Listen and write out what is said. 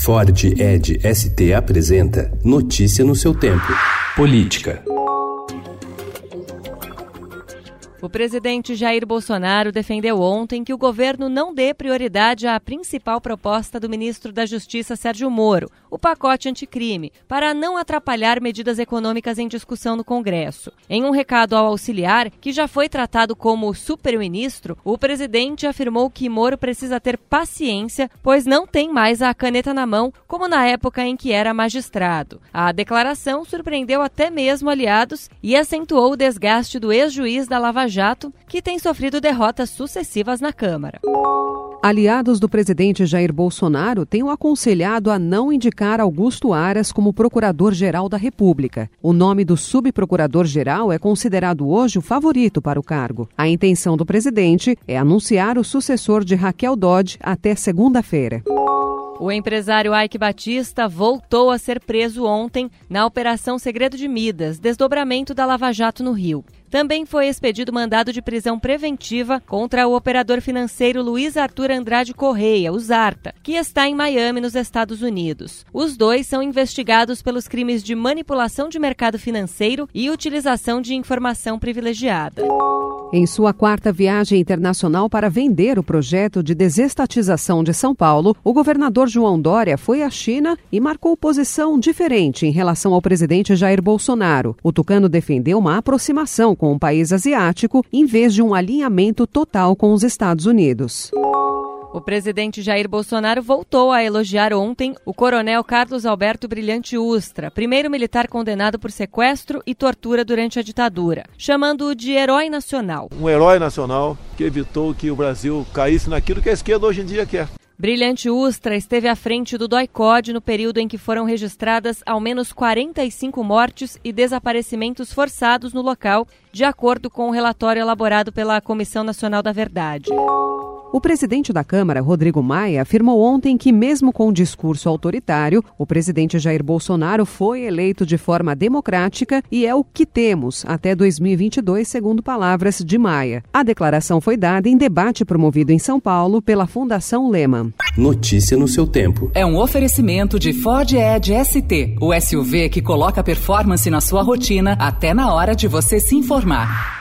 Ford Edge ST apresenta Notícia no seu tempo. Política. O presidente Jair Bolsonaro defendeu ontem que o governo não dê prioridade à principal proposta do ministro da Justiça, Sérgio Moro, o pacote anticrime, para não atrapalhar medidas econômicas em discussão no Congresso. Em um recado ao auxiliar, que já foi tratado como super-ministro, o presidente afirmou que Moro precisa ter paciência, pois não tem mais a caneta na mão, como na época em que era magistrado. A declaração surpreendeu até mesmo aliados e acentuou o desgaste do ex-juiz da Lava Jato, que tem sofrido derrotas sucessivas na Câmara. Aliados do presidente Jair Bolsonaro têm o aconselhado a não indicar Augusto Aras como procurador-geral da República. O nome do subprocurador-geral é considerado hoje o favorito para o cargo. A intenção do presidente é anunciar o sucessor de Raquel Dodge até segunda-feira. O empresário Eike Batista voltou a ser preso ontem na Operação Segredo de Midas, desdobramento da Lava Jato no Rio. Também foi expedido mandado de prisão preventiva contra o operador financeiro Luiz Arthur Andrade Correia, o Zarta, que está em Miami, nos Estados Unidos. Os dois são investigados pelos crimes de manipulação de mercado financeiro e utilização de informação privilegiada. Em sua quarta viagem internacional para vender o projeto de desestatização de São Paulo, o governador João Dória foi à China e marcou posição diferente em relação ao presidente Jair Bolsonaro. O tucano defendeu uma aproximação com o país asiático em vez de um alinhamento total com os Estados Unidos. O presidente Jair Bolsonaro voltou a elogiar ontem o coronel Carlos Alberto Brilhante Ustra, primeiro militar condenado por sequestro e tortura durante a ditadura, chamando-o de herói nacional. Um herói nacional que evitou que o Brasil caísse naquilo que a esquerda hoje em dia quer. Brilhante Ustra esteve à frente do DOI-CODE no período em que foram registradas ao menos 45 mortes e desaparecimentos forçados no local, de acordo com o relatório elaborado pela Comissão Nacional da Verdade. O presidente da Câmara, Rodrigo Maia, afirmou ontem que, mesmo com um discurso autoritário, o presidente Jair Bolsonaro foi eleito de forma democrática e é o que temos até 2022, segundo palavras de Maia. A declaração foi dada em debate promovido em São Paulo pela Fundação Lehman. Notícia no seu tempo. É um oferecimento de Ford Edge ST, o SUV que coloca performance na sua rotina até na hora de você se informar.